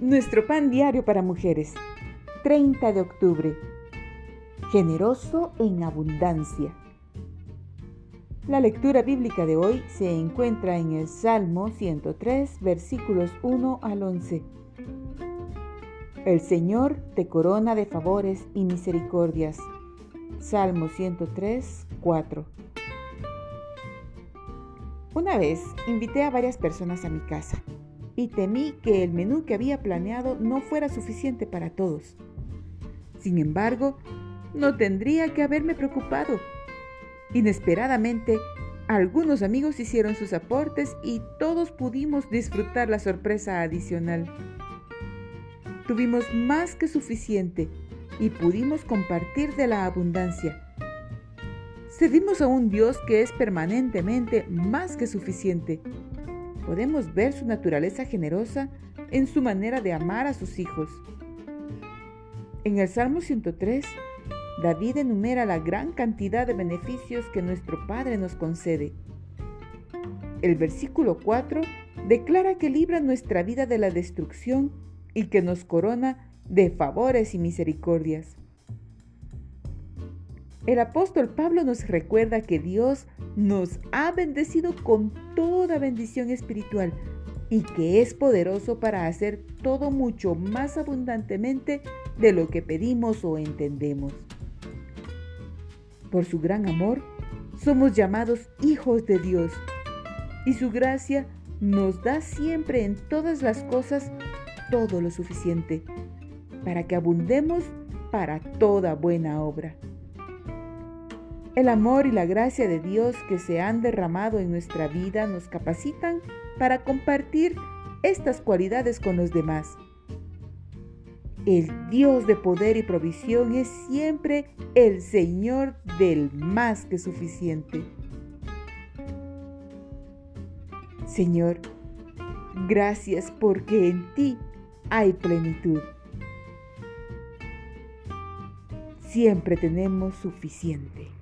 Nuestro pan diario para mujeres. 30 de octubre. Generoso en abundancia. La lectura bíblica de hoy se encuentra en el Salmo 103, versículos 1 al 11. El Señor te corona de favores y misericordias. Salmo 103, 4. Una vez invité a varias personas a mi casa y temí que el menú que había planeado no fuera suficiente para todos. Sin embargo, no tendría que haberme preocupado. Inesperadamente, algunos amigos hicieron sus aportes y todos pudimos disfrutar la sorpresa adicional. Tuvimos más que suficiente y pudimos compartir de la abundancia. Servimos a un Dios que es permanentemente más que suficiente. Podemos ver su naturaleza generosa en su manera de amar a sus hijos. En el Salmo 103, David enumera la gran cantidad de beneficios que nuestro Padre nos concede. El versículo 4 declara que libra nuestra vida de la destrucción y que nos corona de favores y misericordias. El apóstol Pablo nos recuerda que Dios nos ha bendecido con toda bendición espiritual y que es poderoso para hacer todo mucho más abundantemente de lo que pedimos o entendemos. Por su gran amor, somos llamados hijos de Dios y su gracia nos da siempre en todas las cosas todo lo suficiente para que abundemos para toda buena obra. El amor y la gracia de Dios que se han derramado en nuestra vida nos capacitan para compartir estas cualidades con los demás. El Dios de poder y provisión es siempre el Señor del más que suficiente. Señor, gracias porque en ti hay plenitud. Siempre tenemos suficiente.